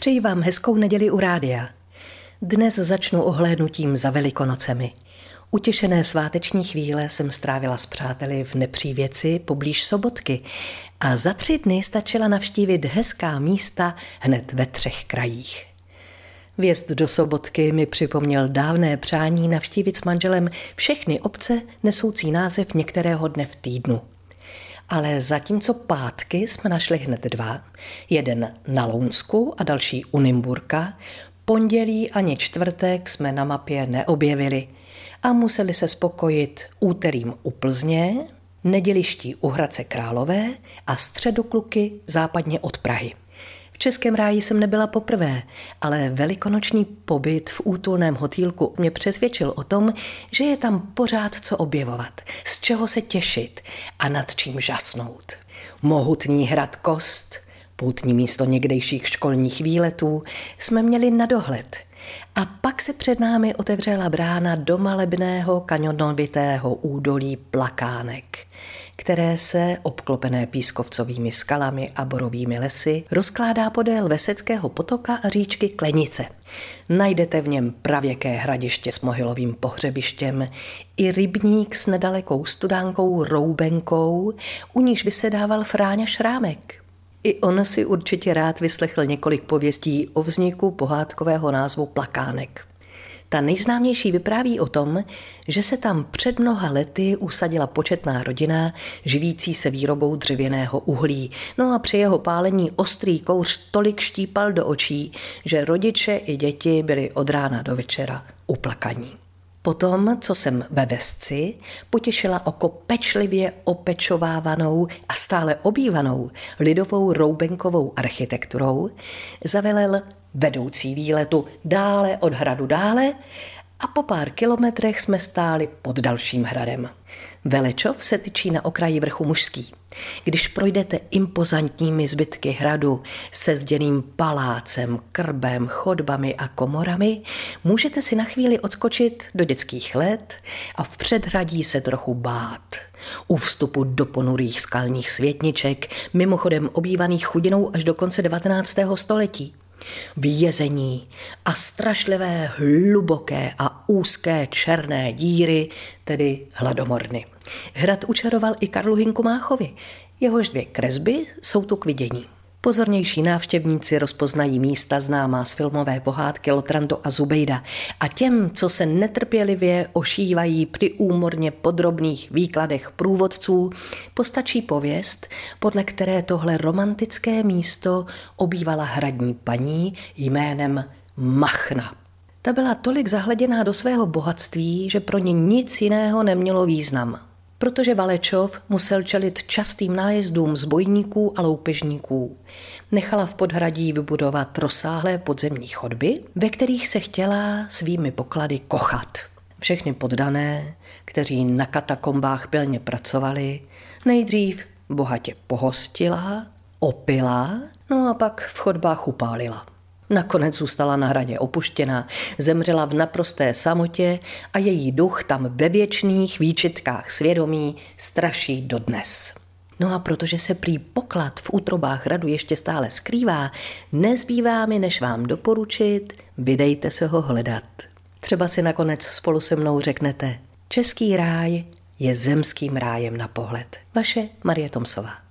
Přeji vám hezkou neděli u rádia. Dnes začnu ohlédnutím za Velikonocemi. Utěšené sváteční chvíle jsem strávila s přáteli v Nepřívěci poblíž Sobotky a za 3 dny stačila navštívit hezká místa hned ve 3 krajích. Vjezd do Sobotky mi připomněl dávné přání navštívit s manželem všechny obce nesoucí název některého dne v týdnu. Ale zatímco pátky jsme našli hned 2, jeden na Lounsku a další u Nymburka, pondělí ani čtvrtek jsme na mapě neobjevili a museli se spokojit úterým u Plzně, neděliští u Hradce Králové a Středokluky západně od Prahy. V Českém ráji jsem nebyla poprvé, ale velikonoční pobyt v útulném hotýlku mě přesvědčil o tom, že je tam pořád co objevovat, z čeho se těšit a nad čím žasnout. Mohutný hrad Kost, poutní místo někdejších školních výletů, jsme měli na dohled. A pak se před námi otevřela brána do malebného kanionovitého údolí Plakánek, které se, obklopené pískovcovými skalami a borovými lesy, rozkládá podél Veseckého potoka a říčky Klenice. Najdete v něm pravěké hradiště s mohylovým pohřebištěm i rybník s nedalekou studánkou Roubenkou, u níž vysedával Fráňa Šrámek. I on si určitě rád vyslechl několik pověstí o vzniku pohádkového názvu Plakánek. Ta nejznámější vypráví o tom, že se tam před mnoha lety usadila početná rodina, živící se výrobou dřevěného uhlí. No a při jeho pálení ostrý kouř tolik štípal do očí, že rodiče i děti byli od rána do večera uplakaní. Potom, co jsem ve Vesci potěšila oko pečlivě opečovávanou a stále obývanou lidovou roubenkovou architekturou, zavelel vedoucí výletu dále od hradu dále a po pár kilometrech jsme stáli pod dalším hradem. Velečov se tyčí na okraji vrchu Mužský. Když projdete impozantními zbytky hradu se zděným palácem, krbem, chodbami a komorami, můžete si na chvíli odskočit do dětských let a v předhradí se trochu bát. U vstupu do ponurých skalních světniček, mimochodem obývaných chudinou až do konce 19. století. Vězení a strašlivé, hluboké a úzké černé díry, tedy hladomorny. Hrad učaroval i Karlu Hynku Máchovi, jehož 2 kresby jsou tu k vidění. Pozornější návštěvníci rozpoznají místa známá z filmové pohádky Lotranto a Zubejda a těm, co se netrpělivě ošívají při úmorně podrobných výkladech průvodců, postačí pověst, podle které tohle romantické místo obývala hradní paní jménem Machna. Ta byla tolik zahleděná do svého bohatství, že pro ně nic jiného nemělo význam. Protože Valečov musel čelit častým nájezdům zbojníků a loupežníků. Nechala v podhradí vybudovat rozsáhlé podzemní chodby, ve kterých se chtěla svými poklady kochat. Všechny poddané, kteří na katakombách pilně pracovali, nejdřív bohatě pohostila, opila, no a pak v chodbách upálila. Nakonec zůstala na hradě opuštěná, zemřela v naprosté samotě a její duch tam ve věčných výčitkách svědomí straší dodnes. No a protože se prý poklad v útrobách hradu ještě stále skrývá, nezbývá mi, než vám doporučit, vydejte se ho hledat. Třeba si nakonec spolu se mnou řeknete, český ráj je zemským rájem na pohled. Vaše Marie Tomsová.